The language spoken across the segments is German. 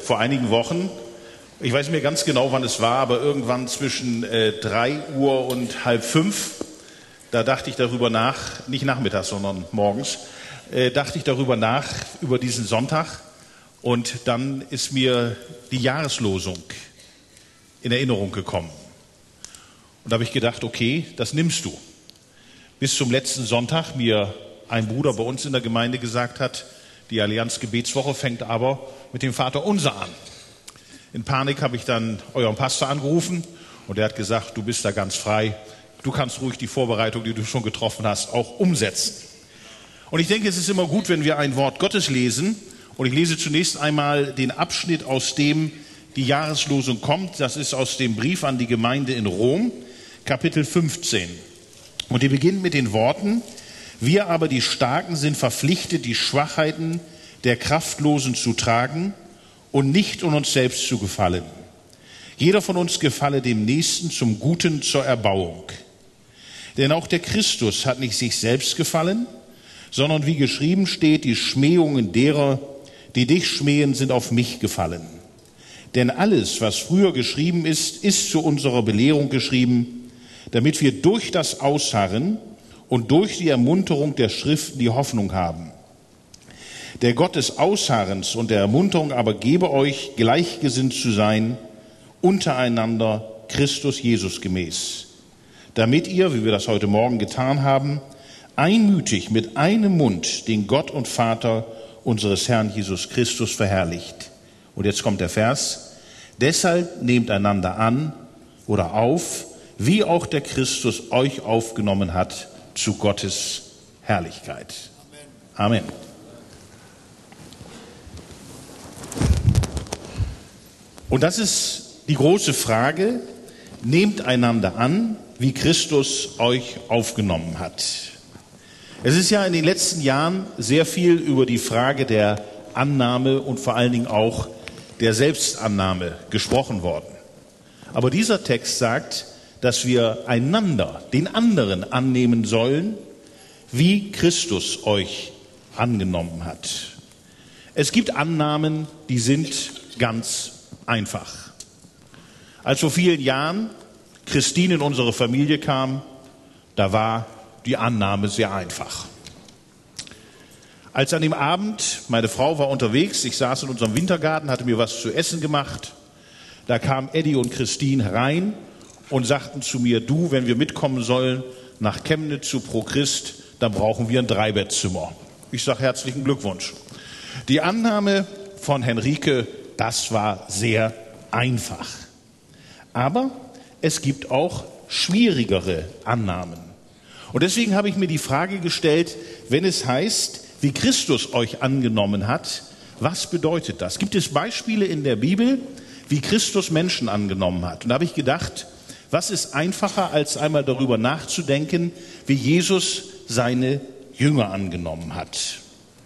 vor einigen Wochen, ich weiß nicht mehr ganz genau, wann es war, aber irgendwann zwischen 3 Uhr und halb 5, da dachte ich darüber nach, nicht nachmittags, sondern morgens, dachte ich darüber nach, über diesen Sonntag. Und dann ist mir die Jahreslosung in Erinnerung gekommen. Und da habe ich gedacht, okay, das nimmst du. Bis zum letzten Sonntag mir ein Bruder bei uns in der Gemeinde gesagt hat, die Allianz Gebetswoche fängt aber mit dem Vaterunser an. In Panik habe ich dann euren Pastor angerufen und er hat gesagt, du bist da ganz frei. Du kannst ruhig die Vorbereitung, die du schon getroffen hast, auch umsetzen. Und ich denke, es ist immer gut, wenn wir ein Wort Gottes lesen. Und ich lese zunächst einmal den Abschnitt, aus dem die Jahreslosung kommt. Das ist aus dem Brief an die Gemeinde in Rom, Kapitel 15. Und die beginnt mit den Worten: Wir aber, die Starken, sind verpflichtet, die Schwachheiten der Kraftlosen zu tragen und nicht um uns selbst zu gefallen. Jeder von uns gefalle dem Nächsten zum Guten, zur Erbauung. Denn auch der Christus hat nicht sich selbst gefallen, sondern wie geschrieben steht, die Schmähungen derer, die dich schmähen, sind auf mich gefallen. Denn alles, was früher geschrieben ist, ist zu unserer Belehrung geschrieben, damit wir durch das Ausharren und durch die Ermunterung der Schriften die Hoffnung haben. Der Gott des Ausharrens und der Ermunterung aber gebe euch, gleichgesinnt zu sein, untereinander Christus Jesus gemäß, damit ihr, wie wir das heute Morgen getan haben, einmütig mit einem Mund den Gott und Vater unseres Herrn Jesus Christus verherrlicht. Und jetzt kommt der Vers: Deshalb nehmt einander an oder auf, wie auch der Christus euch aufgenommen hat, zu Gottes Herrlichkeit. Amen. Und das ist die große Frage: Nehmt einander an, wie Christus euch aufgenommen hat. Es ist ja in den letzten Jahren sehr viel über die Frage der Annahme und vor allen Dingen auch der Selbstannahme gesprochen worden. Aber dieser Text sagt, dass wir einander, den anderen annehmen sollen, wie Christus euch angenommen hat. Es gibt Annahmen, die sind ganz einfach. Als vor vielen Jahren Christine in unsere Familie kam, da war die Annahme sehr einfach. Als an dem Abend, meine Frau war unterwegs, ich saß in unserem Wintergarten, hatte mir was zu essen gemacht, da kamen Eddie und Christine herein und sagten zu mir: Du, wenn wir mitkommen sollen nach Chemnitz zu Pro Christ, dann brauchen wir ein 3-Bettzimmer. Ich sage herzlichen Glückwunsch. Die Annahme von Henrike, das war sehr einfach. Aber es gibt auch schwierigere Annahmen. Und deswegen habe ich mir die Frage gestellt, wenn es heißt, wie Christus euch angenommen hat, was bedeutet das? Gibt es Beispiele in der Bibel, wie Christus Menschen angenommen hat? Und da habe ich gedacht, was ist einfacher, als einmal darüber nachzudenken, wie Jesus seine Jünger angenommen hat?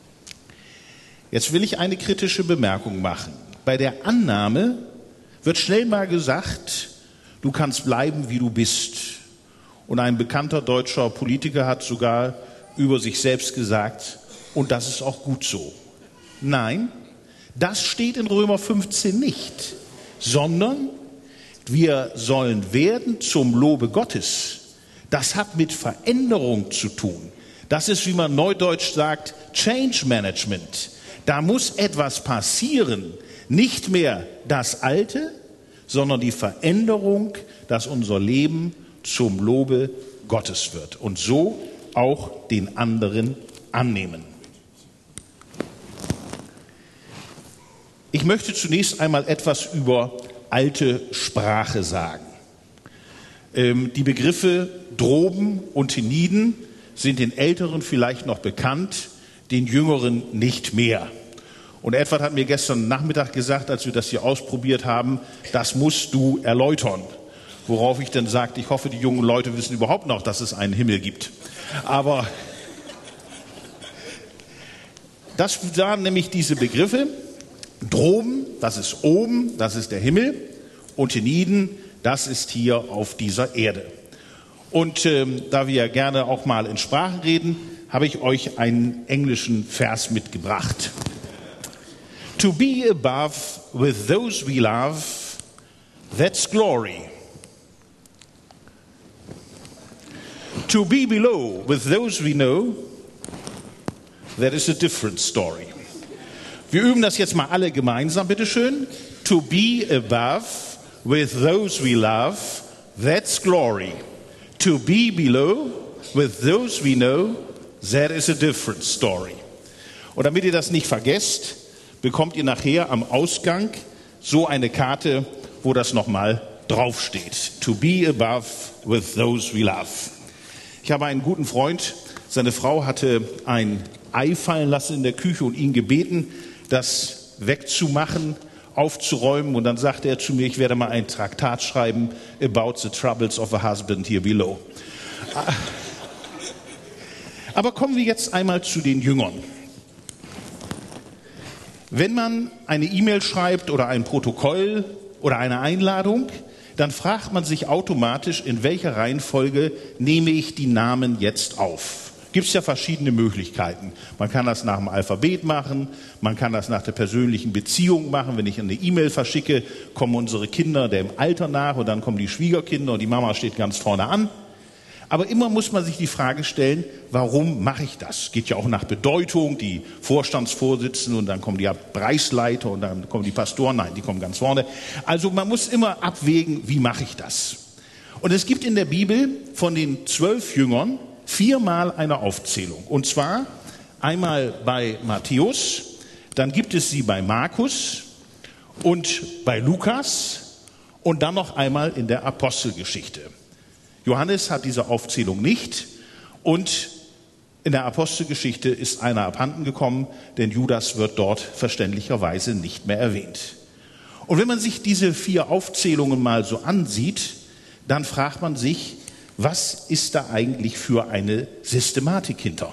Jetzt will ich eine kritische Bemerkung machen. Bei der Annahme wird schnell mal gesagt, du kannst bleiben, wie du bist. Und ein bekannter deutscher Politiker hat sogar über sich selbst gesagt, und das ist auch gut so. Nein, das steht in Römer 15 nicht, sondern wir sollen werden zum Lobe Gottes. Das hat mit Veränderung zu tun. Das ist, wie man neudeutsch sagt, Change Management. Da muss etwas passieren. Nicht mehr das Alte, sondern die Veränderung, dass unser Leben zum Lobe Gottes wird. Und so auch den anderen annehmen. Ich möchte zunächst einmal etwas über alte Sprache sagen. Die Begriffe Droben und Hieniden sind den Älteren vielleicht noch bekannt, den Jüngeren nicht mehr. Und Edward hat mir gestern Nachmittag gesagt, als wir das hier ausprobiert haben, das musst du erläutern. Worauf ich dann sagte, ich hoffe, die jungen Leute wissen überhaupt noch, dass es einen Himmel gibt. Aber das waren nämlich diese Begriffe. Droben, das ist oben, das ist der Himmel. Und Hieniden, das ist hier auf dieser Erde. Und da wir gerne auch mal in Sprachen reden, habe ich euch einen englischen Vers mitgebracht. To be above with those we love, that's glory. To be below with those we know, that is a different story. Wir üben das jetzt mal alle gemeinsam, bitteschön. To be above with those we love, that's glory. To be below with those we know, that is a different story. Und damit ihr das nicht vergesst, bekommt ihr nachher am Ausgang so eine Karte, wo das nochmal draufsteht. To be above with those we love. Ich habe einen guten Freund, seine Frau hatte ein Ei fallen lassen in der Küche und ihn gebeten, das wegzumachen, aufzuräumen. Und dann sagte er zu mir, ich werde mal ein Traktat schreiben about the troubles of a husband here below. Aber kommen wir jetzt einmal zu den Jüngern. Wenn man eine E-Mail schreibt oder ein Protokoll oder eine Einladung, dann fragt man sich automatisch, in welcher Reihenfolge nehme ich die Namen jetzt auf. Gibt es ja verschiedene Möglichkeiten. Man kann das nach dem Alphabet machen, man kann das nach der persönlichen Beziehung machen. Wenn ich eine E-Mail verschicke, kommen unsere Kinder dem Alter nach und dann kommen die Schwiegerkinder und die Mama steht ganz vorne an. Aber immer muss man sich die Frage stellen, warum mache ich das? Geht ja auch nach Bedeutung, die Vorstandsvorsitzenden und dann kommen die Bereichsleiter und dann kommen die Pastoren. Nein, die kommen ganz vorne. Also man muss immer abwägen, wie mache ich das? Und es gibt in der Bibel von den 12 Jüngern 4-mal eine Aufzählung. Und zwar einmal bei Matthäus, dann gibt es sie bei Markus und bei Lukas und dann noch einmal in der Apostelgeschichte. Johannes hat diese Aufzählung nicht und in der Apostelgeschichte ist einer abhanden gekommen, denn Judas wird dort verständlicherweise nicht mehr erwähnt. Und wenn man sich diese 4 Aufzählungen mal so ansieht, dann fragt man sich, was ist da eigentlich für eine Systematik hinter?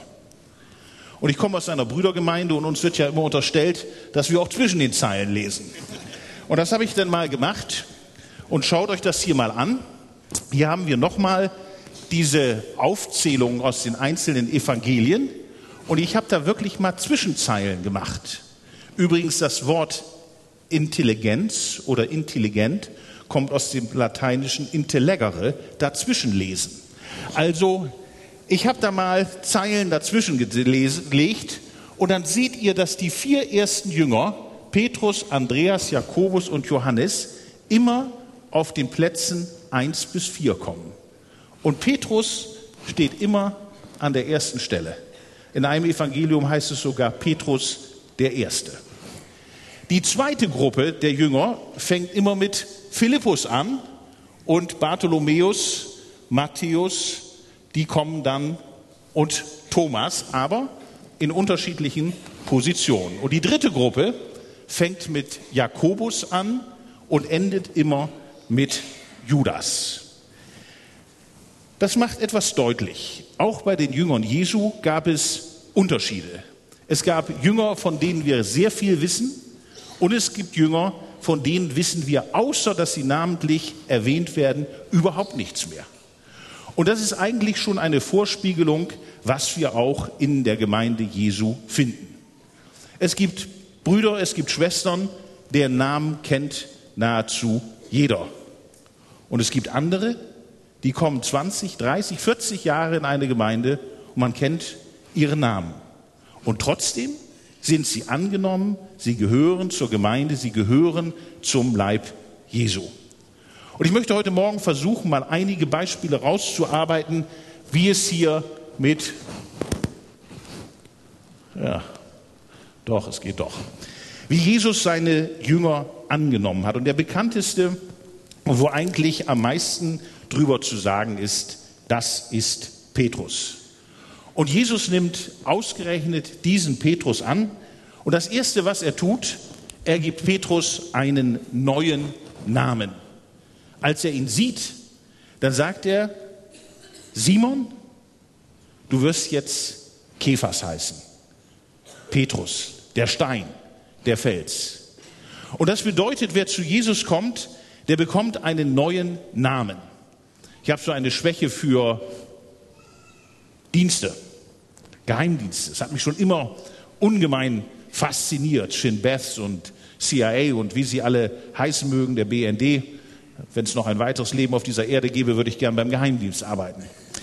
Und ich komme aus einer Brüdergemeinde und uns wird ja immer unterstellt, dass wir auch zwischen den Zeilen lesen. Und das habe ich dann mal gemacht und schaut euch das hier mal an. Hier haben wir nochmal diese Aufzählung aus den einzelnen Evangelien und ich habe da wirklich mal Zwischenzeilen gemacht. Übrigens das Wort Intelligenz oder intelligent kommt aus dem lateinischen intellegere, dazwischenlesen. Also ich habe da mal Zeilen dazwischen gelegt und dann seht ihr, dass die 4 ersten Jünger, Petrus, Andreas, Jakobus und Johannes, immer auf den Plätzen 1 bis 4 kommen. Und Petrus steht immer an der ersten Stelle. In einem Evangelium heißt es sogar Petrus der Erste. Die zweite Gruppe der Jünger fängt immer mit Philippus an und Bartholomäus, Matthäus, die kommen dann und Thomas, aber in unterschiedlichen Positionen. Und die dritte Gruppe fängt mit Jakobus an und endet immer mit Judas. Das macht etwas deutlich. Auch bei den Jüngern Jesu gab es Unterschiede. Es gab Jünger, von denen wir sehr viel wissen, und es gibt Jünger, von denen wissen wir, außer dass sie namentlich erwähnt werden, überhaupt nichts mehr. Und das ist eigentlich schon eine Vorspiegelung, was wir auch in der Gemeinde Jesu finden. Es gibt Brüder, es gibt Schwestern, deren Namen kennt nahezu jeder. Und es gibt andere, die kommen 20, 30, 40 Jahre in eine Gemeinde und man kennt ihren Namen. Und trotzdem sind sie angenommen, sie gehören zur Gemeinde, sie gehören zum Leib Jesu. Und ich möchte heute Morgen versuchen, mal einige Beispiele rauszuarbeiten, wie es hier mit, es geht doch, wie Jesus seine Jünger angenommen hat. Und der bekannteste, wo eigentlich am meisten drüber zu sagen ist, das ist Petrus. Und Jesus nimmt ausgerechnet diesen Petrus an. Und das Erste, was er tut, er gibt Petrus einen neuen Namen. Als er ihn sieht, dann sagt er, Simon, du wirst jetzt Kephas heißen. Petrus, der Stein, der Fels. Und das bedeutet, wer zu Jesus kommt, der bekommt einen neuen Namen. Ich habe so eine Schwäche für Dienste, Geheimdienste. Das hat mich schon immer ungemein fasziniert. Shin Beth und CIA und wie sie alle heißen mögen, der BND. Wenn es noch ein weiteres Leben auf dieser Erde gäbe, würde ich gern beim Geheimdienst arbeiten.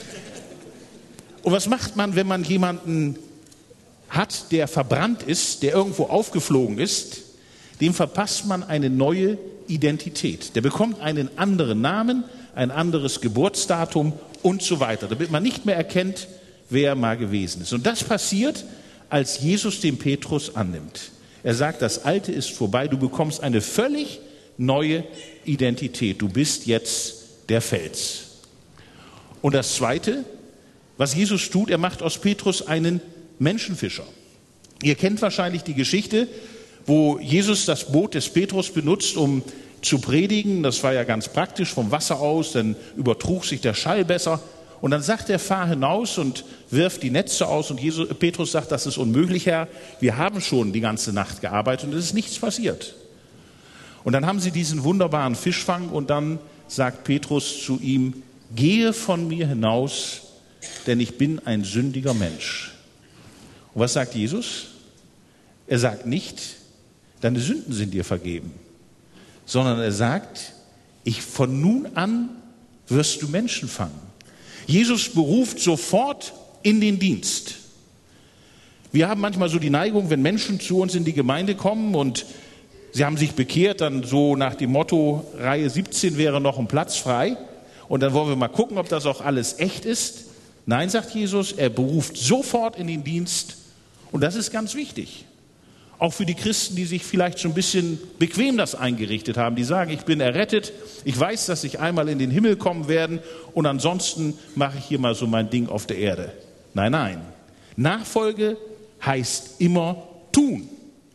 Und was macht man, wenn man jemanden hat, der verbrannt ist, der irgendwo aufgeflogen ist? Dem verpasst man eine neue Identität. Der bekommt einen anderen Namen, ein anderes Geburtsdatum und so weiter, damit man nicht mehr erkennt, wer er mal gewesen ist. Und das passiert, als Jesus den Petrus annimmt. Er sagt, das Alte ist vorbei, du bekommst eine völlig neue Identität. Du bist jetzt der Fels. Und das Zweite, was Jesus tut, er macht aus Petrus einen Menschenfischer. Ihr kennt wahrscheinlich die Geschichte, wo Jesus das Boot des Petrus benutzt, um zu predigen. Das war ja ganz praktisch vom Wasser aus, dann übertrug sich der Schall besser. Und dann sagt er, fahr hinaus und wirf die Netze aus. Und Petrus sagt, das ist unmöglich, Herr. Wir haben schon die ganze Nacht gearbeitet und es ist nichts passiert. Und dann haben sie diesen wunderbaren Fischfang und dann sagt Petrus zu ihm, gehe von mir hinaus, denn ich bin ein sündiger Mensch. Und was sagt Jesus? Er sagt nicht, deine Sünden sind dir vergeben, sondern er sagt, von nun an wirst du Menschen fangen. Jesus beruft sofort in den Dienst. Wir haben manchmal so die Neigung, wenn Menschen zu uns in die Gemeinde kommen und sie haben sich bekehrt, dann so nach dem Motto, Reihe 17 wäre noch ein Platz frei. Und dann wollen wir mal gucken, ob das auch alles echt ist. Nein, sagt Jesus, er beruft sofort in den Dienst. Und das ist ganz wichtig. Auch für die Christen, die sich vielleicht schon ein bisschen bequem das eingerichtet haben. Die sagen, ich bin errettet, ich weiß, dass ich einmal in den Himmel kommen werde und ansonsten mache ich hier mal so mein Ding auf der Erde. Nein, nein. Nachfolge heißt immer tun.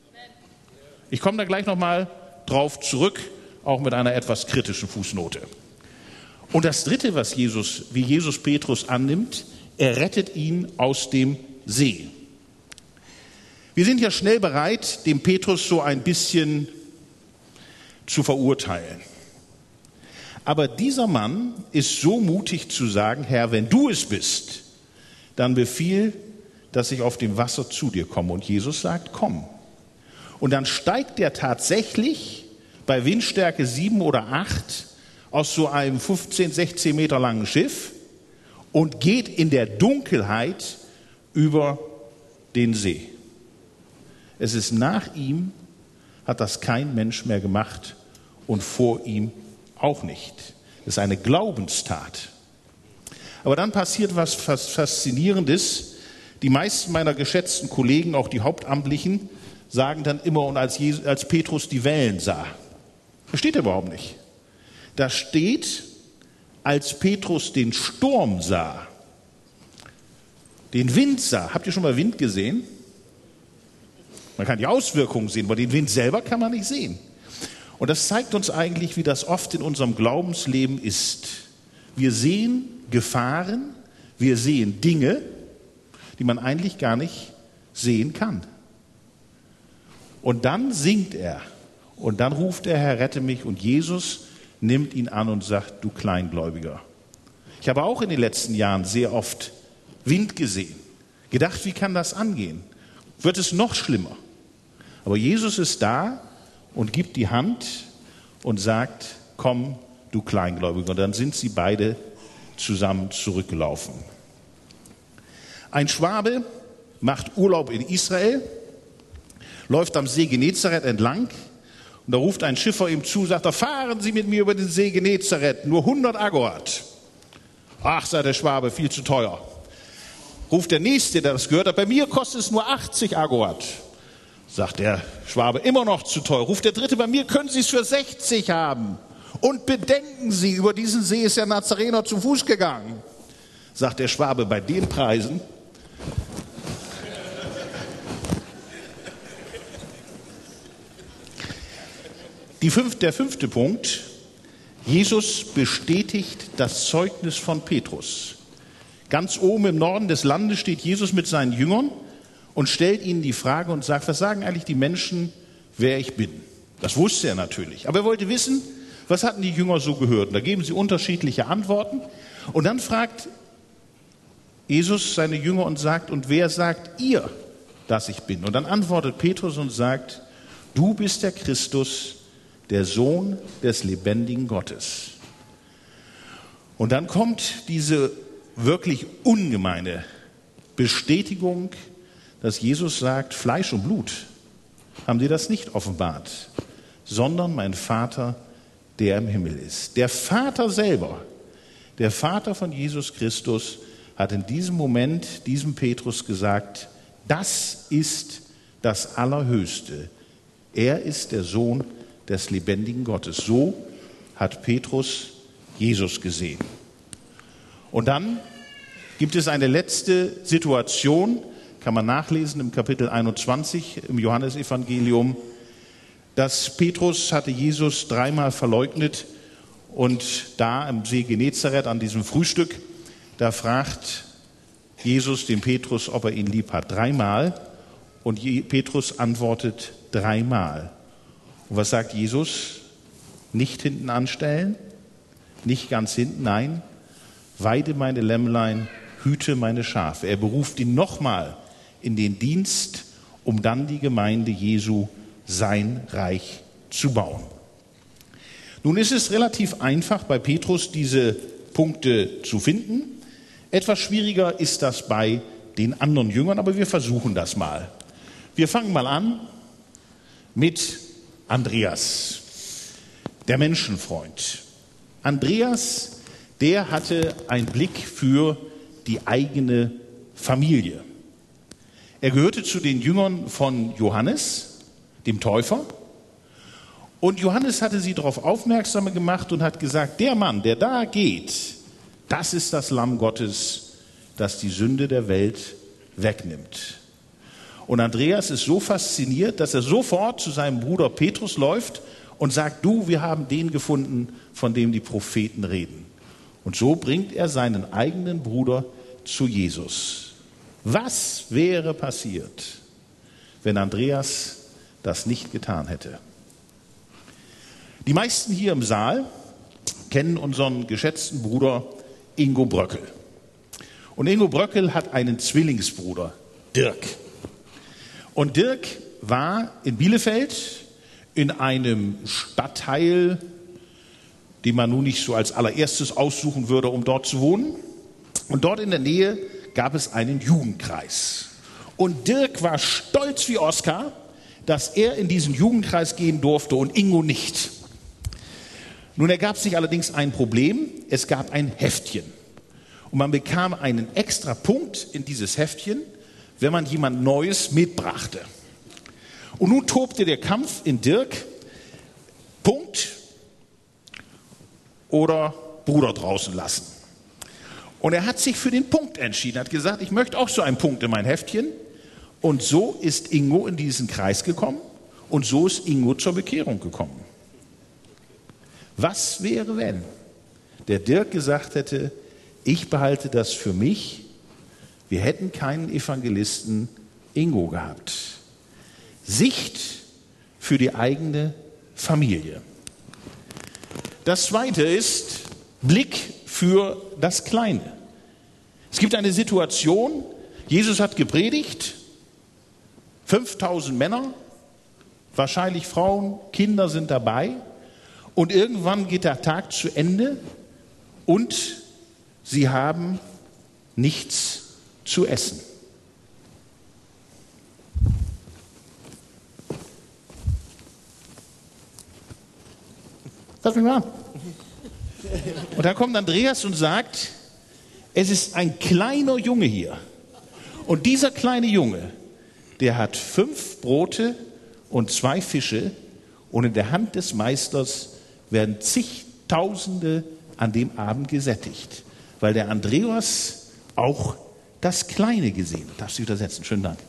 Ich komme da gleich nochmal drauf zurück, auch mit einer etwas kritischen Fußnote. Und das Dritte, wie Jesus Petrus annimmt, er rettet ihn aus dem See. Wir sind ja schnell bereit, den Petrus so ein bisschen zu verurteilen. Aber dieser Mann ist so mutig zu sagen, Herr, wenn du es bist, dann befiehl, dass ich auf dem Wasser zu dir komme. Und Jesus sagt, komm. Und dann steigt er tatsächlich bei Windstärke 7 oder 8 aus so einem 15, 16 Meter langen Schiff und geht in der Dunkelheit über den See. Es ist nach ihm, hat das kein Mensch mehr gemacht und vor ihm auch nicht. Das ist eine Glaubenstat. Aber dann passiert was Faszinierendes. Die meisten meiner geschätzten Kollegen, auch die Hauptamtlichen, sagen dann immer, und als Petrus die Wellen sah. Das steht überhaupt nicht. Da steht, als Petrus den Sturm sah, den Wind sah. Habt ihr schon mal Wind gesehen? Man kann die Auswirkungen sehen, aber den Wind selber kann man nicht sehen. Und das zeigt uns eigentlich, wie das oft in unserem Glaubensleben ist. Wir sehen Gefahren, wir sehen Dinge, die man eigentlich gar nicht sehen kann. Und dann singt er und dann ruft er, Herr, rette mich. Und Jesus nimmt ihn an und sagt, du Kleingläubiger. Ich habe auch in den letzten Jahren sehr oft Wind gesehen, gedacht, wie kann das angehen? Wird es noch schlimmer? Aber Jesus ist da und gibt die Hand und sagt, komm, du Kleingläubiger. Und dann sind sie beide zusammen zurückgelaufen. Ein Schwabe macht Urlaub in Israel, läuft am See Genezareth entlang und da ruft ein Schiffer ihm zu, sagt er, fahren Sie mit mir über den See Genezareth, nur 100 Agorat. Ach, sagt der Schwabe, viel zu teuer. Ruft der Nächste, der das gehört hat, bei mir kostet es nur 80 Agorat. Sagt der Schwabe, immer noch zu teuer. Ruft der Dritte, bei mir können Sie es für 60 haben. Und bedenken Sie, über diesen See ist der Nazarener zu Fuß gegangen. Sagt der Schwabe, bei den Preisen. Der fünfte Punkt, Jesus bestätigt das Zeugnis von Petrus. Ganz oben im Norden des Landes steht Jesus mit seinen Jüngern und stellt ihnen die Frage und sagt, was sagen eigentlich die Menschen, wer ich bin? Das wusste er natürlich. Aber er wollte wissen, was hatten die Jünger so gehört? Und da geben sie unterschiedliche Antworten. Und dann fragt Jesus seine Jünger und sagt, und wer sagt ihr, dass ich bin. Und dann antwortet Petrus und sagt, du bist der Christus, der Sohn des lebendigen Gottes. Und dann kommt diese wirklich ungemeine Bestätigung, dass Jesus sagt, Fleisch und Blut haben dir das nicht offenbart, sondern mein Vater, der im Himmel ist. Der Vater selber, der Vater von Jesus Christus, hat in diesem Moment diesem Petrus gesagt, das ist das Allerhöchste. Er ist der Sohn des lebendigen Gottes. So hat Petrus Jesus gesehen. Und dann gibt es eine letzte Situation, kann man nachlesen im Kapitel 21 im Johannesevangelium, dass Petrus hatte Jesus 3-mal verleugnet und da im See Genezareth an diesem Frühstück, da fragt Jesus den Petrus, ob er ihn lieb hat. 3-mal und Petrus antwortet 3-mal. Und was sagt Jesus? Nicht hinten anstellen, nicht ganz hinten, nein, weide meine Lämmlein, hüte meine Schafe. Er beruft ihn nochmal in den Dienst, um dann die Gemeinde Jesu, sein Reich zu bauen. Nun ist es relativ einfach bei Petrus diese Punkte zu finden. Etwas schwieriger ist das bei den anderen Jüngern, aber wir versuchen das mal. Wir fangen mal an mit Andreas, der Menschenfreund. Andreas, der hatte einen Blick für die eigene Familie. Er gehörte zu den Jüngern von Johannes, dem Täufer. Und Johannes hatte sie darauf aufmerksam gemacht und hat gesagt, der Mann, der da geht, das ist das Lamm Gottes, das die Sünde der Welt wegnimmt. Und Andreas ist so fasziniert, dass er sofort zu seinem Bruder Petrus läuft und sagt, du, wir haben den gefunden, von dem die Propheten reden. Und so bringt er seinen eigenen Bruder zu Jesus. Was wäre passiert, wenn Andreas das nicht getan hätte? Die meisten hier im Saal kennen unseren geschätzten Bruder Ingo Bröckel. Und Ingo Bröckel hat einen Zwillingsbruder, Dirk. Und Dirk war in Bielefeld in einem Stadtteil, den man nun nicht so als allererstes aussuchen würde, um dort zu wohnen. Und dort in der Nähe gab es einen Jugendkreis. Und Dirk war stolz wie Oskar, dass er in diesen Jugendkreis gehen durfte und Ingo nicht. Nun ergab sich allerdings ein Problem. Es gab ein Heftchen. Und man bekam einen extra Punkt in dieses Heftchen, wenn man jemand Neues mitbrachte. Und nun tobte der Kampf in Dirk, Punkt oder Bruder draußen lassen. Und er hat sich für den Punkt entschieden, hat gesagt, ich möchte auch so einen Punkt in mein Heftchen. Und so ist Ingo in diesen Kreis gekommen und so ist Ingo zur Bekehrung gekommen. Was wäre, wenn der Dirk gesagt hätte, ich behalte das für mich, wir hätten keinen Evangelisten Ingo gehabt. Sicht für die eigene Familie. Das zweite ist Blick für das Kleine. Es gibt eine Situation, Jesus hat gepredigt, 5000 Männer, wahrscheinlich Frauen, Kinder sind dabei und irgendwann geht der Tag zu Ende und sie haben nichts zu essen. Lass mich mal an. Und dann kommt Andreas und sagt, es ist ein kleiner Junge hier. Und dieser kleine Junge, der hat 5 Brote und 2 Fische und in der Hand des Meisters werden zigtausende an dem Abend gesättigt, weil der Andreas auch das Kleine gesehen hat. Darfst du übersetzen? Schönen Dank.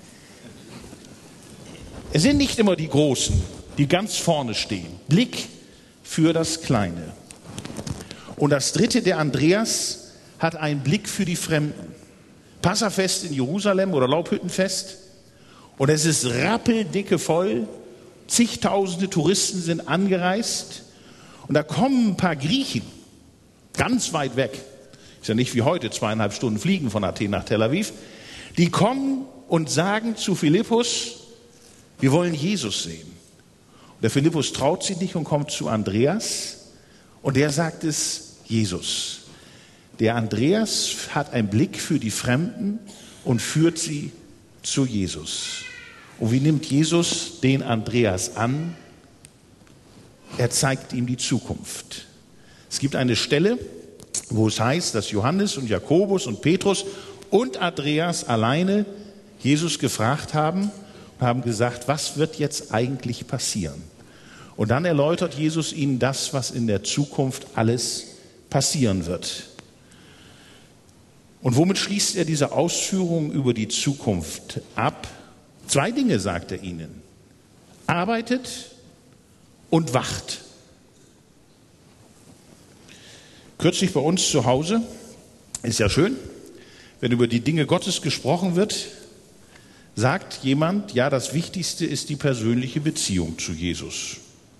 Es sind nicht immer die Großen, die ganz vorne stehen. Blick für das Kleine. Und das dritte, der Andreas hat einen Blick für die Fremden. Passafest in Jerusalem oder Laubhüttenfest. Und es ist rappeldicke voll. Zigtausende Touristen sind angereist. Und da kommen ein paar Griechen, ganz weit weg. Ist ja nicht wie heute 2,5 Stunden fliegen von Athen nach Tel Aviv. Die kommen und sagen zu Philippus, wir wollen Jesus sehen. Und der Philippus traut sich nicht und kommt zu Andreas und der sagt es Jesus. Der Andreas hat einen Blick für die Fremden und führt sie zu Jesus. Und wie nimmt Jesus den Andreas an? Er zeigt ihm die Zukunft. Es gibt eine Stelle, wo es heißt, dass Johannes und Jakobus und Petrus und Andreas alleine Jesus gefragt haben und haben gesagt, was wird jetzt eigentlich passieren? Und dann erläutert Jesus ihnen das, was in der Zukunft alles passieren wird. Und womit schließt er diese Ausführungen über die Zukunft ab? 2 Dinge sagt er ihnen. Arbeitet und wacht. Kürzlich bei uns zu Hause, ist ja schön, wenn über die Dinge Gottes gesprochen wird, sagt jemand, ja, das Wichtigste ist die persönliche Beziehung zu Jesus.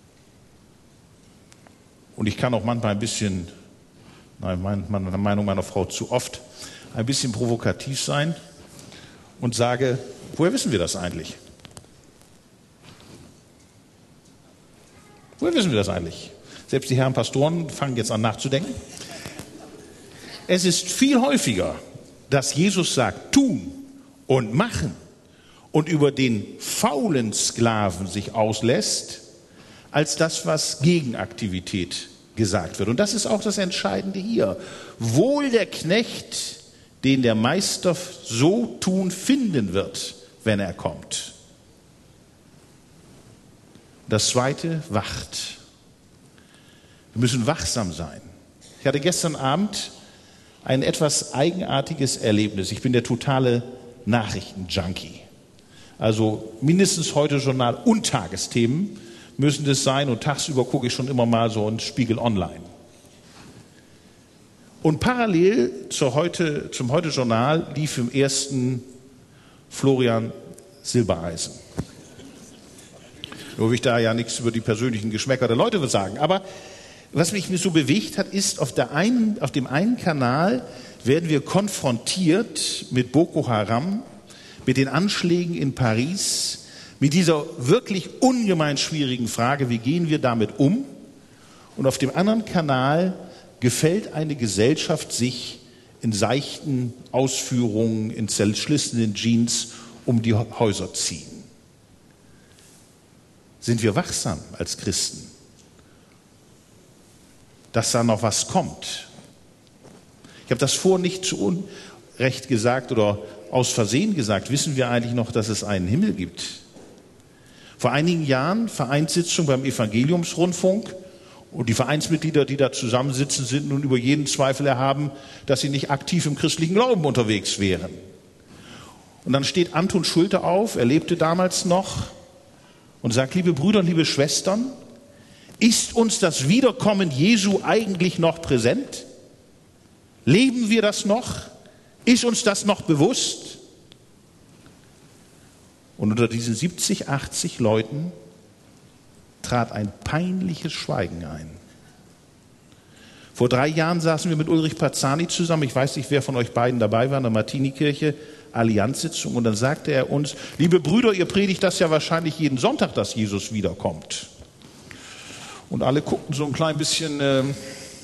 Und ich kann auch manchmal ein bisschen, nach Meinung meiner Frau zu oft, ein bisschen provokativ sein und sage, woher wissen wir das eigentlich? Woher wissen wir das eigentlich? Selbst die Herren Pastoren fangen jetzt an nachzudenken. Es ist viel häufiger, dass Jesus sagt, tun und machen und über den faulen Sklaven sich auslässt, als das, was Gegenaktivität gesagt wird. Und das ist auch das Entscheidende hier. Wohl der Knecht, den der Meister so tun finden wird, wenn er kommt. Das Zweite, wacht. Wir müssen wachsam sein. Ich hatte gestern Abend ein etwas eigenartiges Erlebnis. Ich bin der totale Nachrichtenjunkie. Also mindestens heute Journal und Tagesthemen müssen das sein und tagsüber gucke ich schon immer mal so in Spiegel Online. Und parallel zum Heute-Journal lief im ersten Florian Silbereisen. Nur will ich da ja nichts über die persönlichen Geschmäcker der Leute sagen. Aber was mich so bewegt hat, ist, auf dem einen Kanal werden wir konfrontiert mit Boko Haram, mit den Anschlägen in Paris, mit dieser wirklich ungemein schwierigen Frage, wie gehen wir damit um? Und auf dem anderen Kanal gefällt eine Gesellschaft sich in seichten Ausführungen, in zerschlissenen Jeans um die Häuser ziehen. Sind wir wachsam als Christen, dass da noch was kommt? Ich habe das vorhin nicht zu Unrecht gesagt oder aus Versehen gesagt. Wissen wir eigentlich noch, dass es einen Himmel gibt? Vor einigen Jahren Vereinssitzung beim Evangeliumsrundfunk und die Vereinsmitglieder, die da zusammensitzen, sind nun über jeden Zweifel erhaben, dass sie nicht aktiv im christlichen Glauben unterwegs wären. Und dann steht Anton Schulte auf, er lebte damals noch, und sagt, liebe Brüder und liebe Schwestern, ist uns das Wiederkommen Jesu eigentlich noch präsent? Leben wir das noch? Ist uns das noch bewusst? Und unter diesen 70, 80 Leuten trat ein peinliches Schweigen ein. Vor 3 Jahren saßen wir mit Ulrich Parzani zusammen, ich weiß nicht, wer von euch beiden dabei war, in der Martinikirche, Allianzsitzung, und dann sagte er uns, liebe Brüder, ihr predigt das ja wahrscheinlich jeden Sonntag, dass Jesus wiederkommt. Und alle guckten so ein klein bisschen.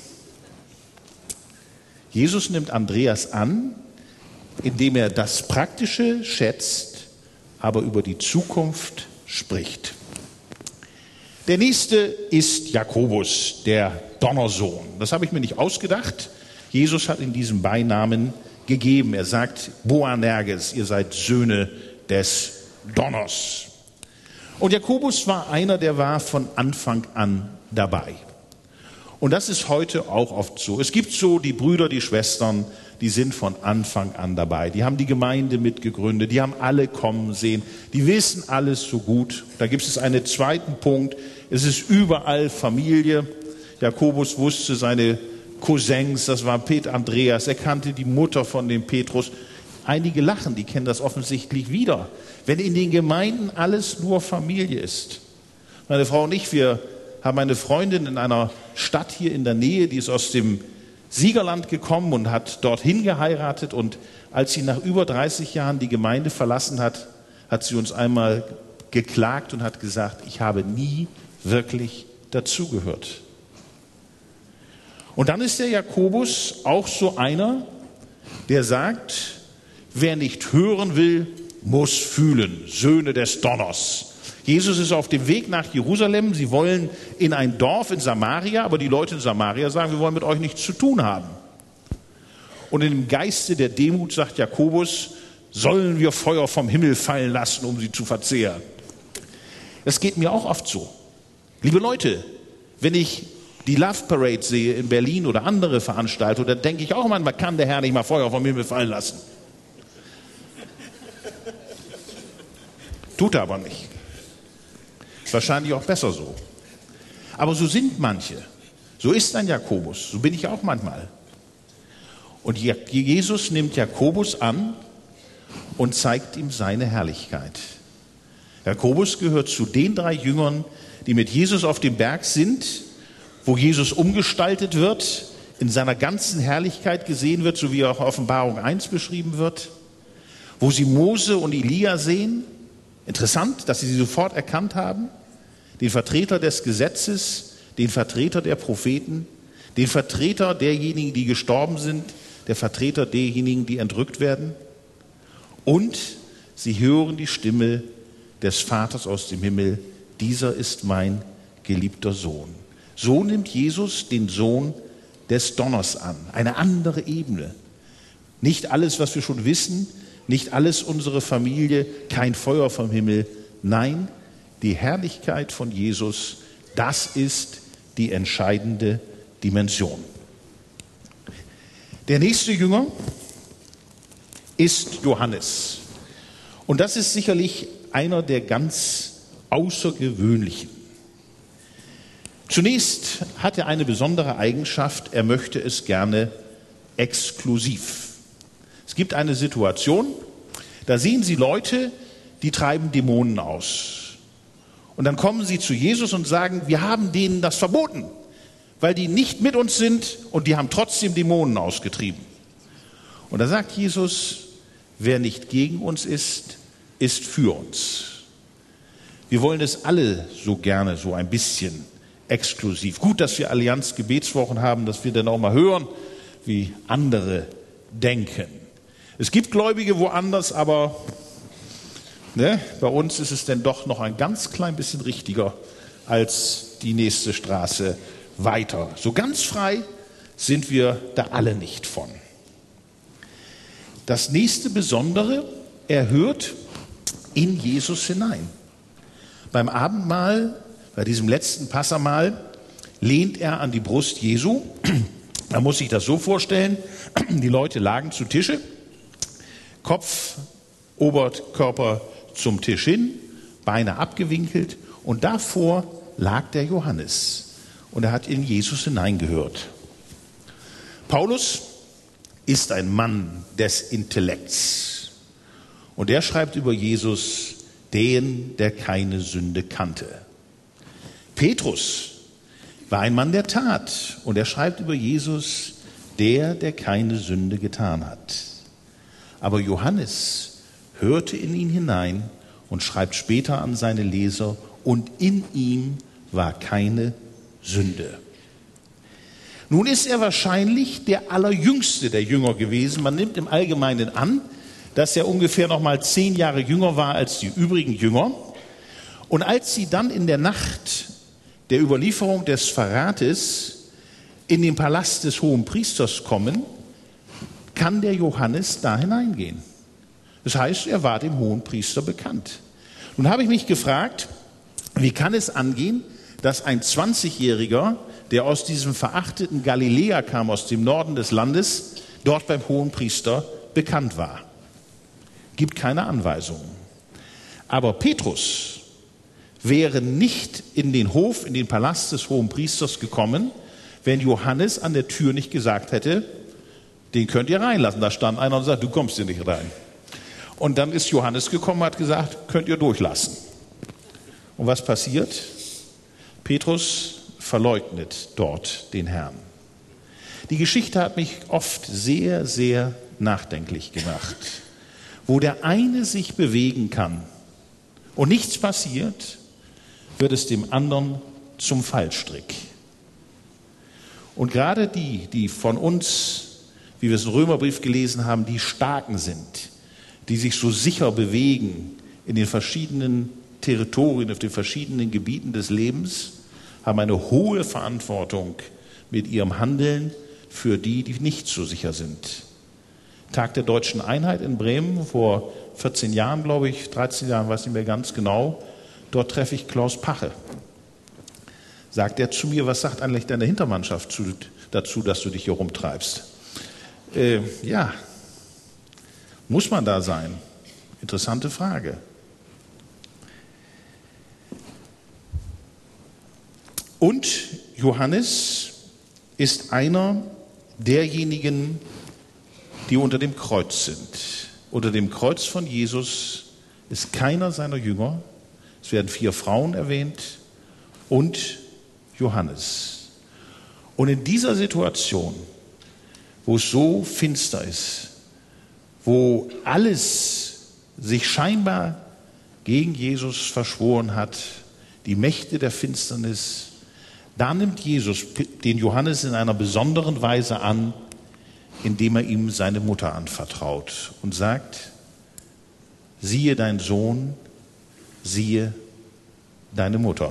Jesus nimmt Andreas an, indem er das Praktische schätzt, aber über die Zukunft spricht. Der nächste ist Jakobus, der Donnersohn. Das habe ich mir nicht ausgedacht. Jesus hat ihm diesen Beinamen gegeben. Er sagt, Boanerges, ihr seid Söhne des Donners. Und Jakobus war einer, der war von Anfang an dabei. Und das ist heute auch oft so. Es gibt so die Brüder, die Schwestern, die sind von Anfang an dabei. Die haben die Gemeinde mitgegründet, die haben alle kommen sehen, die wissen alles so gut. Da gibt es einen zweiten Punkt, es ist überall Familie. Jakobus wusste seine Cousins, das war Peter Andreas, er kannte die Mutter von dem Petrus. Einige lachen, die kennen das offensichtlich wieder. Wenn in den Gemeinden alles nur Familie ist. Meine Frau und ich, wir haben eine Freundin in einer Stadt hier in der Nähe, die ist aus dem Siegerland gekommen und hat dorthin geheiratet. Und als sie nach über 30 Jahren die Gemeinde verlassen hat, hat sie uns einmal geklagt und hat gesagt, ich habe nie wirklich dazugehört. Und dann ist der Jakobus auch so einer, der sagt, wer nicht hören will, muss fühlen, Söhne des Donners. Jesus ist auf dem Weg nach Jerusalem, sie wollen in ein Dorf in Samaria, aber die Leute in Samaria sagen, wir wollen mit euch nichts zu tun haben. Und in dem Geiste der Demut sagt Jakobus, sollen wir Feuer vom Himmel fallen lassen, um sie zu verzehren. Das geht mir auch oft so. Liebe Leute, wenn ich die Love Parade sehe in Berlin oder andere Veranstaltungen, dann denke ich auch manchmal, kann der Herr nicht mal Feuer vom Himmel fallen lassen. Tut er aber nicht. Ist wahrscheinlich auch besser so. Aber so sind manche. So ist ein Jakobus. So bin ich auch manchmal. Und Jesus nimmt Jakobus an und zeigt ihm seine Herrlichkeit. Jakobus gehört zu den 3 Jüngern, die mit Jesus auf dem Berg sind, wo Jesus umgestaltet wird, in seiner ganzen Herrlichkeit gesehen wird, so wie auch Offenbarung 1 beschrieben wird, wo sie Mose und Elia sehen. Interessant, dass sie sofort erkannt haben, den Vertreter des Gesetzes, den Vertreter der Propheten, den Vertreter derjenigen, die gestorben sind, der Vertreter derjenigen, die entrückt werden. Und sie hören die Stimme des Vaters aus dem Himmel, dieser ist mein geliebter Sohn. So nimmt Jesus den Sohn des Donners an, eine andere Ebene. Nicht alles, was wir schon wissen, nicht alles unsere Familie, kein Feuer vom Himmel. Nein, die Herrlichkeit von Jesus, das ist die entscheidende Dimension. Der nächste Jünger ist Johannes. Und das ist sicherlich einer der ganz außergewöhnlichen. Zunächst hat er eine besondere Eigenschaft, er möchte es gerne exklusiv. Es gibt eine Situation, da sehen Sie Leute, die treiben Dämonen aus. Und dann kommen sie zu Jesus und sagen, wir haben denen das verboten, weil die nicht mit uns sind und die haben trotzdem Dämonen ausgetrieben. Und da sagt Jesus, wer nicht gegen uns ist, ist für uns. Wir wollen es alle so gerne so ein bisschen exklusiv. Gut, dass wir Allianz-Gebetswochen haben, dass wir dann auch mal hören, wie andere denken. Es gibt Gläubige woanders, aber bei uns ist es denn doch noch ein ganz klein bisschen richtiger als die nächste Straße weiter. So ganz frei sind wir da alle nicht von. Das nächste Besondere, er hört in Jesus hinein. Beim Abendmahl, bei diesem letzten Passamahl, lehnt er an die Brust Jesu. Man muss sich das so vorstellen, die Leute lagen zu Tische, Kopf, Oberkörper zum Tisch hin, Beine abgewinkelt und davor lag der Johannes und er hat in Jesus hineingehört. Paulus ist ein Mann des Intellekts und er schreibt über Jesus, den, der keine Sünde kannte. Petrus war ein Mann der Tat und er schreibt über Jesus, der keine Sünde getan hat. Aber Johannes hörte in ihn hinein und schreibt später an seine Leser, und in ihm war keine Sünde. Nun ist er wahrscheinlich der allerjüngste der Jünger gewesen. Man nimmt im Allgemeinen an, dass er ungefähr noch mal 10 Jahre jünger war als die übrigen Jünger. Und als sie dann in der Nacht der Überlieferung des Verrates in den Palast des Hohenpriesters kommen, kann der Johannes da hineingehen. Das heißt, er war dem Hohenpriester bekannt. Nun habe ich mich gefragt, wie kann es angehen, dass ein 20-Jähriger, der aus diesem verachteten Galiläa kam, aus dem Norden des Landes, dort beim Hohenpriester bekannt war. Gibt keine Anweisungen. Aber Petrus wäre nicht in den Hof, in den Palast des Hohenpriesters gekommen, wenn Johannes an der Tür nicht gesagt hätte, den könnt ihr reinlassen. Da stand einer und sagt, du kommst hier nicht rein. Und dann ist Johannes gekommen und hat gesagt, könnt ihr durchlassen. Und was passiert? Petrus verleugnet dort den Herrn. Die Geschichte hat mich oft sehr, sehr nachdenklich gemacht, wo der eine sich bewegen kann und nichts passiert, wird es dem anderen zum Fallstrick. Und gerade die von uns, wie wir es im Römerbrief gelesen haben, die Starken sind, die sich so sicher bewegen in den verschiedenen Territorien, auf den verschiedenen Gebieten des Lebens, haben eine hohe Verantwortung mit ihrem Handeln für die, die nicht so sicher sind. Tag der Deutschen Einheit in Bremen, vor 14 Jahren, glaube ich, 13 Jahren, weiß nicht mehr ganz genau, dort treffe ich Klaus Pache. Sagt er zu mir, was sagt eigentlich deine Hintermannschaft dazu, dass du dich hier rumtreibst? Ja, muss man da sein? Interessante Frage. Und Johannes ist einer derjenigen, die unter dem Kreuz sind. Unter dem Kreuz von Jesus ist keiner seiner Jünger. Es werden 4 Frauen erwähnt und Johannes. Und in dieser Situation, wo es so finster ist, wo alles sich scheinbar gegen Jesus verschworen hat, die Mächte der Finsternis, da nimmt Jesus den Johannes in einer besonderen Weise an, indem er ihm seine Mutter anvertraut und sagt, siehe dein Sohn, siehe deine Mutter.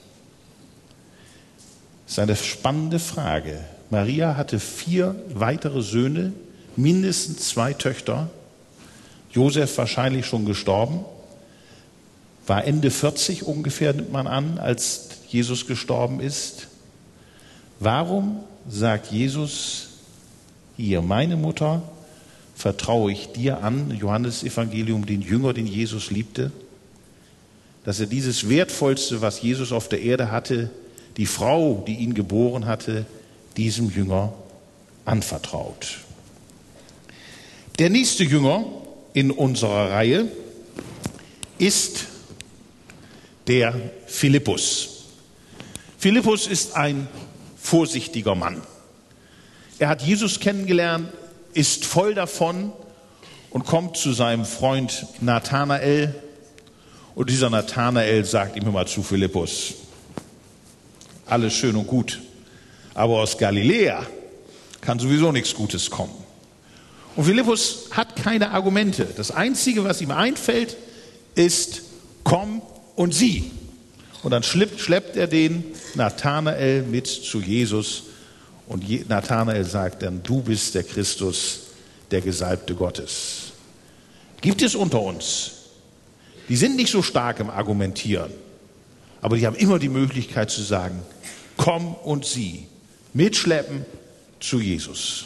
Das ist eine spannende Frage. Maria hatte 4 weitere Söhne, mindestens 2 Töchter. Josef wahrscheinlich schon gestorben, war Ende 40 ungefähr, nimmt man an, als Jesus gestorben ist. Warum sagt Jesus, hier, meine Mutter vertraue ich dir an, Johannes Evangelium, den Jünger, den Jesus liebte, dass er dieses Wertvollste, was Jesus auf der Erde hatte, die Frau, die ihn geboren hatte, diesem Jünger anvertraut. Der nächste Jünger in unserer Reihe ist der Philippus. Philippus ist ein vorsichtiger Mann. Er hat Jesus kennengelernt, ist voll davon und kommt zu seinem Freund Nathanael. Und dieser Nathanael sagt ihm immer zu Philippus, alles schön und gut, aber aus Galiläa kann sowieso nichts Gutes kommen. Und Philippus hat keine Argumente. Das Einzige, was ihm einfällt, ist, komm und sieh. Und dann schleppt er den Nathanael mit zu Jesus. Und Nathanael sagt dann, du bist der Christus, der Gesalbte Gottes. Gibt es unter uns, die sind nicht so stark im Argumentieren, aber die haben immer die Möglichkeit zu sagen, komm und sieh, mitschleppen zu Jesus.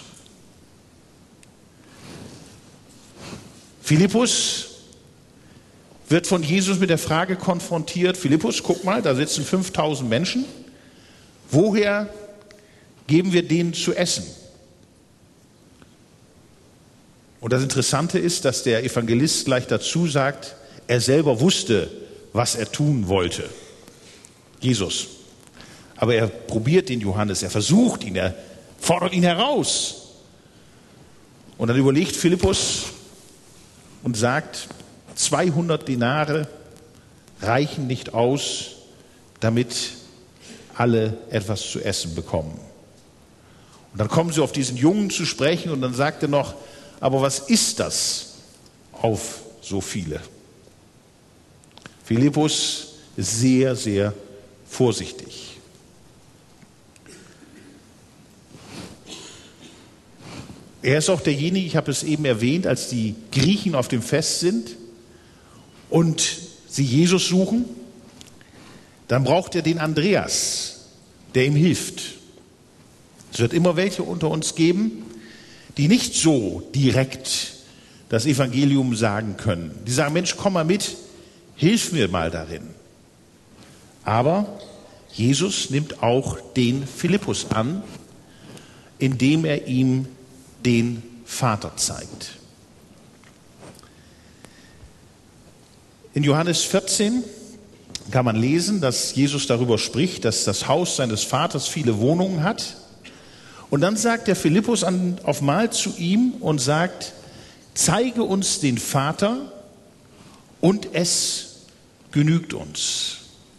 Philippus wird von Jesus mit der Frage konfrontiert, Philippus, guck mal, da sitzen 5000 Menschen, woher geben wir denen zu essen? Und das Interessante ist, dass der Evangelist gleich dazu sagt, er selber wusste, was er tun wollte. Jesus. Aber er probiert den Johannes, er versucht ihn, er fordert ihn heraus. Und dann überlegt Philippus und sagt, 200 Denare reichen nicht aus, damit alle etwas zu essen bekommen. Und dann kommen sie auf diesen Jungen zu sprechen und dann sagt er noch, aber was ist das auf so viele? Philippus ist sehr, sehr vorsichtig. Er ist auch derjenige, ich habe es eben erwähnt, als die Griechen auf dem Fest sind und sie Jesus suchen, dann braucht er den Andreas, der ihm hilft. Es wird immer welche unter uns geben, die nicht so direkt das Evangelium sagen können. Die sagen, Mensch, komm mal mit, hilf mir mal darin. Aber Jesus nimmt auch den Philippus an, indem er ihm den Vater zeigt. In Johannes 14 kann man lesen, dass Jesus darüber spricht, dass das Haus seines Vaters viele Wohnungen hat. Und dann sagt der Philippus auf Mal zu ihm und sagt, zeige uns den Vater und es genügt uns.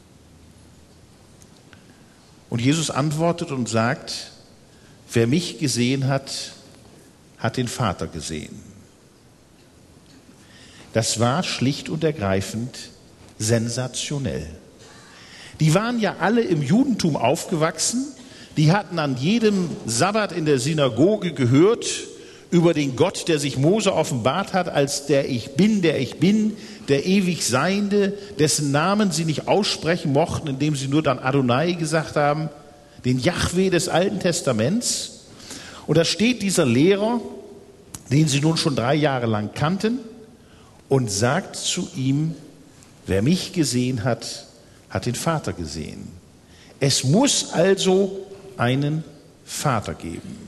Und Jesus antwortet und sagt, wer mich gesehen hat, hat den Vater gesehen. Das war schlicht und ergreifend sensationell. Die waren ja alle im Judentum aufgewachsen, die hatten an jedem Sabbat in der Synagoge gehört über den Gott, der sich Mose offenbart hat als der Ich Bin, der ewig Seiende, dessen Namen sie nicht aussprechen mochten, indem sie nur dann Adonai gesagt haben, den Jahwe des Alten Testaments. Und da steht dieser Lehrer, den sie nun schon 3 Jahre lang kannten, und sagt zu ihm, wer mich gesehen hat, hat den Vater gesehen. Es muss also einen Vater geben.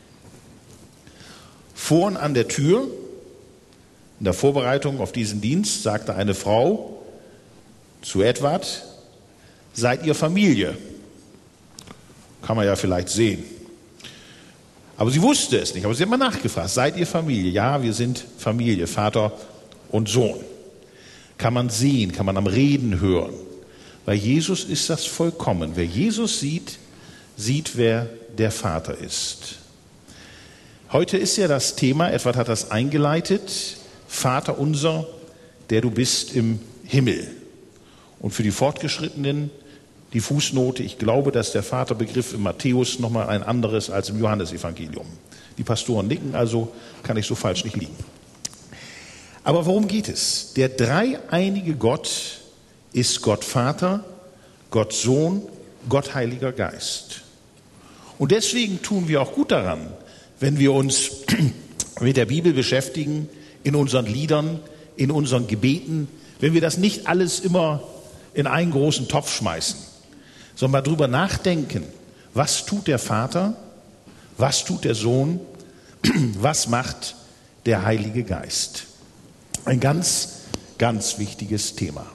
Vorn an der Tür, in der Vorbereitung auf diesen Dienst, sagte eine Frau zu Edward, seid ihr Familie? Kann man ja vielleicht sehen. Aber sie wusste es nicht, aber sie hat mal nachgefragt, seid ihr Familie? Ja, wir sind Familie, Vater und Sohn. Kann man sehen, kann man am Reden hören. Bei Jesus ist das vollkommen. Wer Jesus sieht, sieht, wer der Vater ist. Heute ist ja das Thema, Edward hat das eingeleitet, Vater unser, der du bist im Himmel. Und für die Fortgeschrittenen die Fußnote, ich glaube, dass der Vaterbegriff im Matthäus nochmal ein anderes als im Johannesevangelium. Die Pastoren nicken, also kann ich so falsch nicht liegen. Aber worum geht es? Der dreieinige Gott ist Gott Vater, Gott Sohn, Gott Heiliger Geist. Und deswegen tun wir auch gut daran, wenn wir uns mit der Bibel beschäftigen, in unseren Liedern, in unseren Gebeten, wenn wir das nicht alles immer in einen großen Topf schmeißen, sondern mal drüber nachdenken, was tut der Vater, was tut der Sohn, was macht der Heilige Geist. Ein ganz, ganz wichtiges Thema.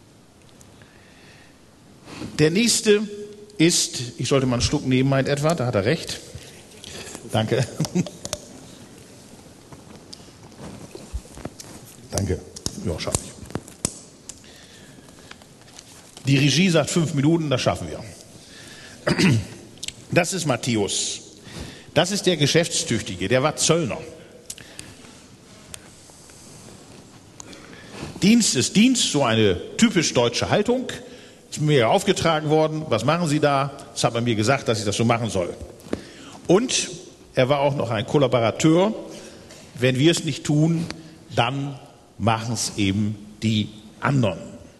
Der nächste ist, ich sollte mal einen Schluck nehmen, meint Edward, da hat er recht. Danke. Danke. Ja, schaffe ich. Die Regie sagt 5 Minuten, das schaffen wir. Das ist Matthäus. Das ist der Geschäftstüchtige, der war Zöllner. Dienst ist Dienst, so eine typisch deutsche Haltung. Ist mir aufgetragen worden, was machen Sie da? Das hat man mir gesagt, dass ich das so machen soll. Und er war auch noch ein Kollaborateur. Wenn wir es nicht tun, dann machen es eben die anderen.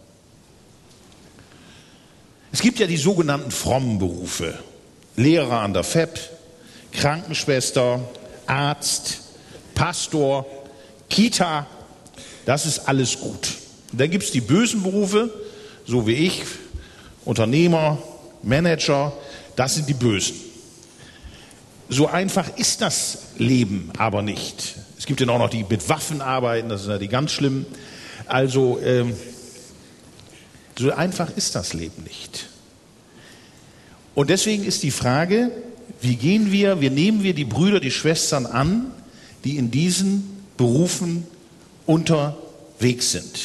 Es gibt ja die sogenannten frommen Berufe. Lehrer an der FEP, Krankenschwester, Arzt, Pastor, Kita, das ist alles gut. Und dann gibt es die bösen Berufe, so wie ich, Unternehmer, Manager, das sind die Bösen. So einfach ist das Leben aber nicht. Es gibt ja auch noch die mit Waffen arbeiten, das sind ja die ganz schlimmen. Also so einfach ist das Leben nicht. Und deswegen ist die Frage, wie nehmen wir die Brüder, die Schwestern an, die in diesen Berufen unterwegs sind.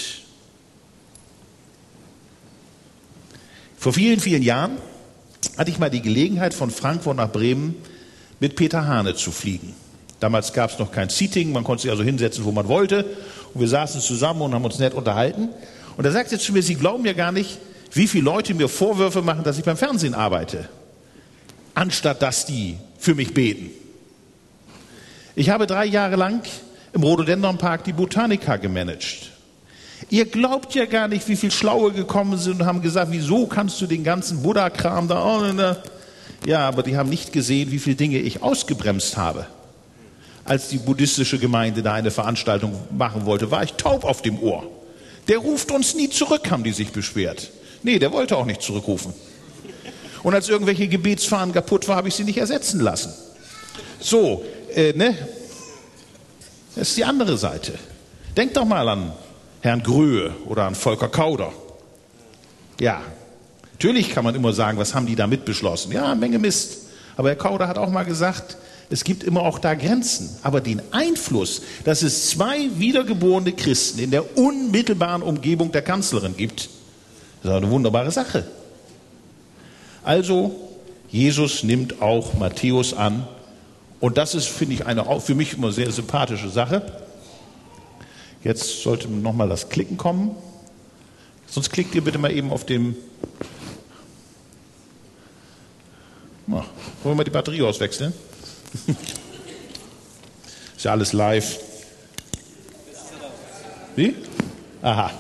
Vor vielen, vielen Jahren hatte ich mal die Gelegenheit, von Frankfurt nach Bremen mit Peter Hane zu fliegen. Damals gab es noch kein Seating, man konnte sich also hinsetzen, wo man wollte. Und wir saßen zusammen und haben uns nett unterhalten. Und er sagte zu mir, Sie glauben ja gar nicht, wie viele Leute mir Vorwürfe machen, dass ich beim Fernsehen arbeite, anstatt dass die für mich beten. Ich habe 3 Jahre lang im Rhododendronpark die Botanica gemanagt. Ihr glaubt ja gar nicht, wie viele Schlaue gekommen sind und haben gesagt, wieso kannst du den ganzen Buddha-Kram da... Ja, aber die haben nicht gesehen, wie viele Dinge ich ausgebremst habe. Als die buddhistische Gemeinde da eine Veranstaltung machen wollte, war ich taub auf dem Ohr. Der ruft uns nie zurück, haben die sich beschwert. Nee, der wollte auch nicht zurückrufen. Und als irgendwelche Gebetsfahnen kaputt war, habe ich sie nicht ersetzen lassen. So, das ist die andere Seite. Denkt doch mal an Herrn Gröhe oder an Volker Kauder. Ja, natürlich kann man immer sagen, was haben die da mitbeschlossen? Ja, eine Menge Mist. Aber Herr Kauder hat auch mal gesagt, es gibt immer auch da Grenzen. Aber den Einfluss, dass es 2 wiedergeborene Christen in der unmittelbaren Umgebung der Kanzlerin gibt, ist eine wunderbare Sache. Also, Jesus nimmt auch Matthäus an. Und das ist, finde ich, eine für mich immer sehr sympathische Sache. Jetzt sollte noch mal das Klicken kommen. Sonst klickt ihr bitte mal eben auf dem... Wollen wir mal die Batterie auswechseln? Ist ja alles live. Wie? Aha.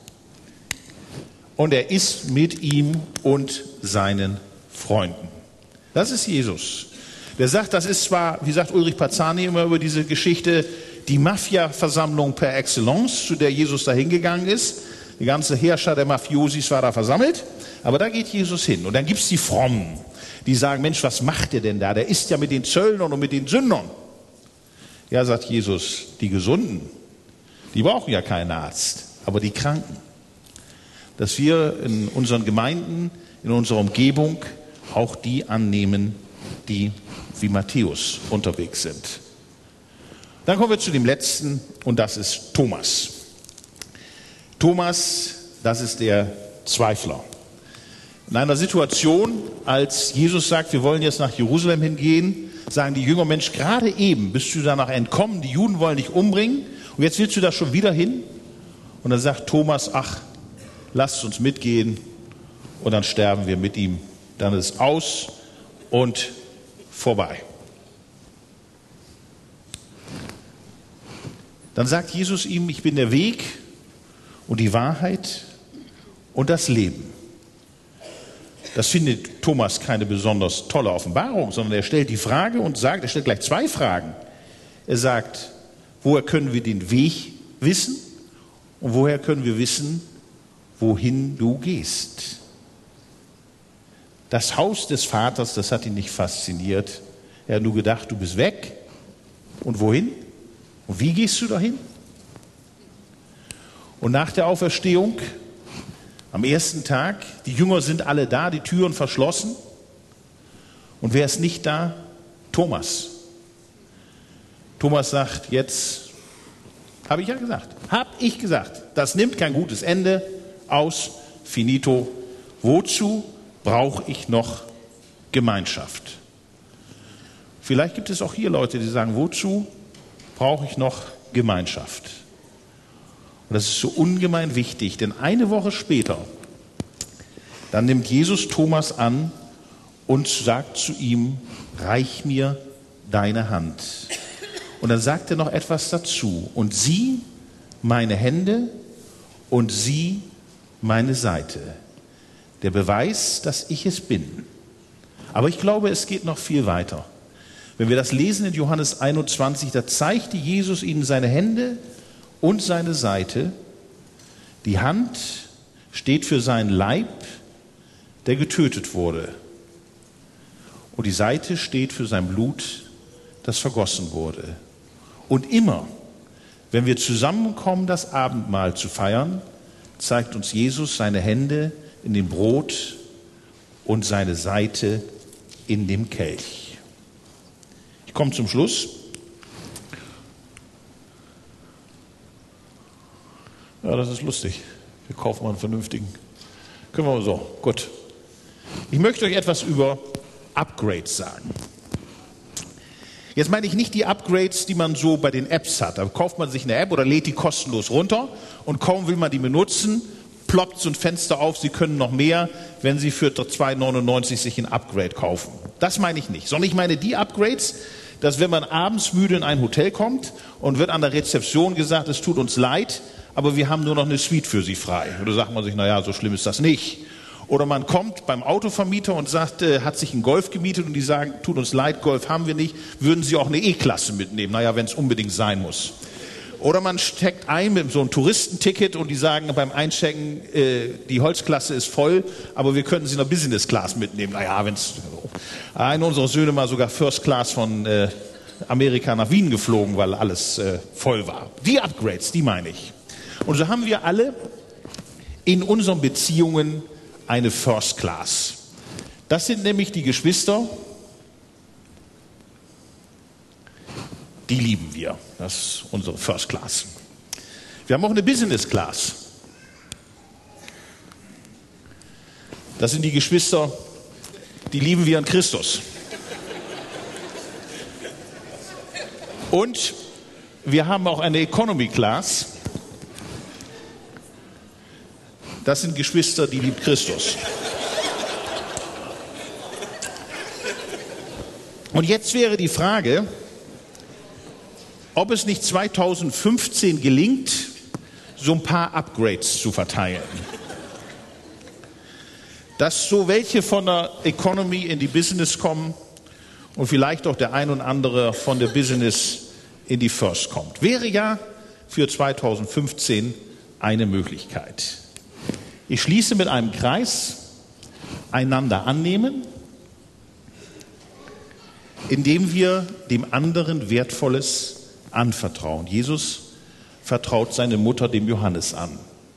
Und er ist mit ihm und seinen Freunden. Das ist Jesus. Der sagt, das ist zwar, wie sagt Ulrich Pazzani immer über diese Geschichte, die Mafia-Versammlung per excellence, zu der Jesus da hingegangen ist. Die ganze Herrscher der Mafiosis war da versammelt. Aber da geht Jesus hin. Und dann gibt es die Frommen, die sagen, Mensch, was macht der denn da? Der isst ja mit den Zöllnern und mit den Sündern. Ja, sagt Jesus, die Gesunden, die brauchen ja keinen Arzt, aber die Kranken. Dass wir in unseren Gemeinden, in unserer Umgebung auch die annehmen, die wie Matthäus unterwegs sind. Dann kommen wir zu dem letzten und das ist Thomas. Thomas, das ist der Zweifler. In einer Situation, als Jesus sagt, wir wollen jetzt nach Jerusalem hingehen, sagen die Jünger, Mensch, gerade eben bist du danach entkommen, die Juden wollen dich umbringen und jetzt willst du da schon wieder hin? Und dann sagt Thomas, ach, lasst uns mitgehen und dann sterben wir mit ihm. Dann ist es aus und vorbei. Dann sagt Jesus ihm, ich bin der Weg und die Wahrheit und das Leben. Das findet Thomas keine besonders tolle Offenbarung, sondern er stellt die Frage und sagt, er stellt gleich 2 Fragen. Er sagt, woher können wir den Weg wissen und woher können wir wissen, wohin du gehst? Das Haus des Vaters, das hat ihn nicht fasziniert. Er hat nur gedacht, du bist weg. Und wohin? Und wie gehst du dahin? Und nach der Auferstehung, am ersten Tag, die Jünger sind alle da, die Türen verschlossen. Und wer ist nicht da? Thomas. Thomas sagt, jetzt habe ich gesagt, das nimmt kein gutes Ende, aus, finito. Wozu brauche ich noch Gemeinschaft? Vielleicht gibt es auch hier Leute, die sagen, wozu brauche ich noch Gemeinschaft? Und das ist so ungemein wichtig, denn eine Woche später, dann nimmt Jesus Thomas an und sagt zu ihm, reich mir deine Hand. Und dann sagt er noch etwas dazu. Und sieh meine Hände und sieh meine Seite. Der Beweis, dass ich es bin. Aber ich glaube, es geht noch viel weiter. Wenn wir das lesen in Johannes 21, da zeigte Jesus ihnen seine Hände und seine Seite. Die Hand steht für seinen Leib, der getötet wurde. Und die Seite steht für sein Blut, das vergossen wurde. Und immer, wenn wir zusammenkommen, das Abendmahl zu feiern, zeigt uns Jesus seine Hände in dem Brot und seine Seite in dem Kelch. Ich komme zum Schluss. Ja, das ist lustig. Wir kaufen mal einen vernünftigen. Können wir mal so. Gut. Ich möchte euch etwas über Upgrades sagen. Jetzt meine ich nicht die Upgrades, die man so bei den Apps hat. Da kauft man sich eine App oder lädt die kostenlos runter und kaum will man die benutzen, ploppt so ein Fenster auf, Sie können noch mehr, wenn Sie für 2,99 sich ein Upgrade kaufen. Das meine ich nicht, sondern ich meine die Upgrades, dass wenn man abends müde in ein Hotel kommt und wird an der Rezeption gesagt, es tut uns leid, aber wir haben nur noch eine Suite für Sie frei. Oder sagt man sich, naja, so schlimm ist das nicht. Oder man kommt beim Autovermieter und sagt, hat sich ein Golf gemietet und die sagen, tut uns leid, Golf haben wir nicht, würden Sie auch eine E-Klasse mitnehmen? Naja, wenn es unbedingt sein muss. Oder man steckt ein mit so einem Touristenticket und die sagen beim Einchecken, die Holzklasse ist voll, aber wir könnten Sie in der Business Class mitnehmen. Naja, wenn es... Einer unserer Söhne mal sogar First Class von Amerika nach Wien geflogen, weil alles voll war. Die Upgrades, die meine ich. Und so haben wir alle in unseren Beziehungen eine First Class. Das sind nämlich die Geschwister, die lieben wir. Das ist unsere First Class. Wir haben auch eine Business Class. Das sind die Geschwister, die lieben wir an Christus. Und wir haben auch eine Economy Class. Das sind Geschwister, die liebt Christus. Und jetzt wäre die Frage, ob es nicht 2015 gelingt, so ein paar Upgrades zu verteilen. Dass so welche von der Economy in die Business kommen und vielleicht auch der ein und andere von der Business in die First kommt. Wäre ja für 2015 eine Möglichkeit. Ich schließe mit einem Kreis, einander annehmen, indem wir dem anderen Wertvolles anvertrauen. Jesus vertraut seine Mutter dem Johannes an.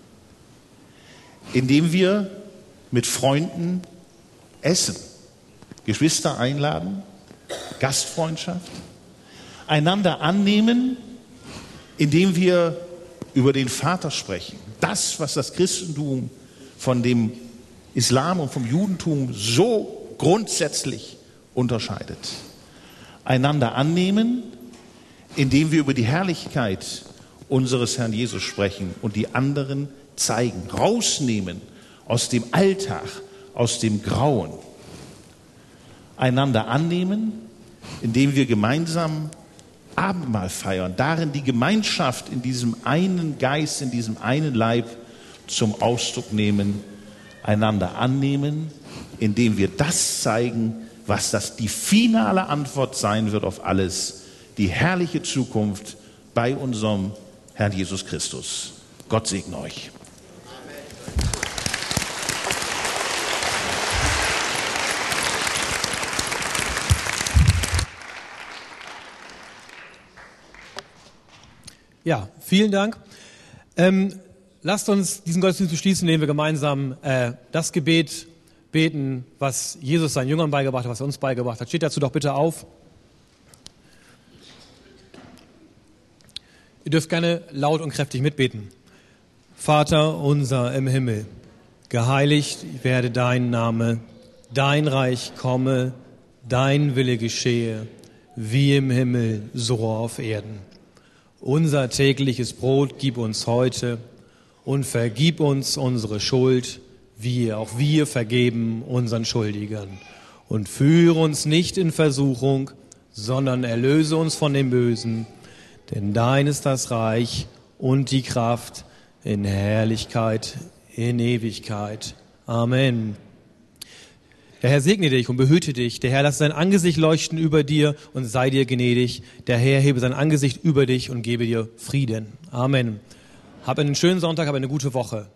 Indem wir mit Freunden essen, Geschwister einladen, Gastfreundschaft, einander annehmen, indem wir über den Vater sprechen. Das, was das Christentum von dem Islam und vom Judentum so grundsätzlich unterscheidet. Einander annehmen, indem wir über die Herrlichkeit unseres Herrn Jesus sprechen und die anderen zeigen, rausnehmen aus dem Alltag, aus dem Grauen. Einander annehmen, indem wir gemeinsam Abendmahl feiern, darin die Gemeinschaft in diesem einen Geist, in diesem einen Leib zum Ausdruck nehmen, einander annehmen, indem wir das zeigen, was das die finale Antwort sein wird auf alles, die herrliche Zukunft bei unserem Herrn Jesus Christus. Gott segne euch. Ja, vielen Dank. Lasst uns diesen Gottesdienst beschließen, indem wir gemeinsam das Gebet beten, was Jesus seinen Jüngern beigebracht hat, was er uns beigebracht hat. Steht dazu doch bitte auf. Ihr dürft gerne laut und kräftig mitbeten. Vater unser im Himmel, geheiligt werde dein Name, dein Reich komme, dein Wille geschehe, wie im Himmel, so auf Erden. Unser tägliches Brot gib uns heute und vergib uns unsere Schuld, wie auch wir vergeben unseren Schuldigern. Und führe uns nicht in Versuchung, sondern erlöse uns von dem Bösen. Denn dein ist das Reich und die Kraft in Herrlichkeit, in Ewigkeit. Amen. Der Herr segne dich und behüte dich. Der Herr lasse sein Angesicht leuchten über dir und sei dir gnädig. Der Herr hebe sein Angesicht über dich und gebe dir Frieden. Amen. Hab einen schönen Sonntag, hab eine gute Woche.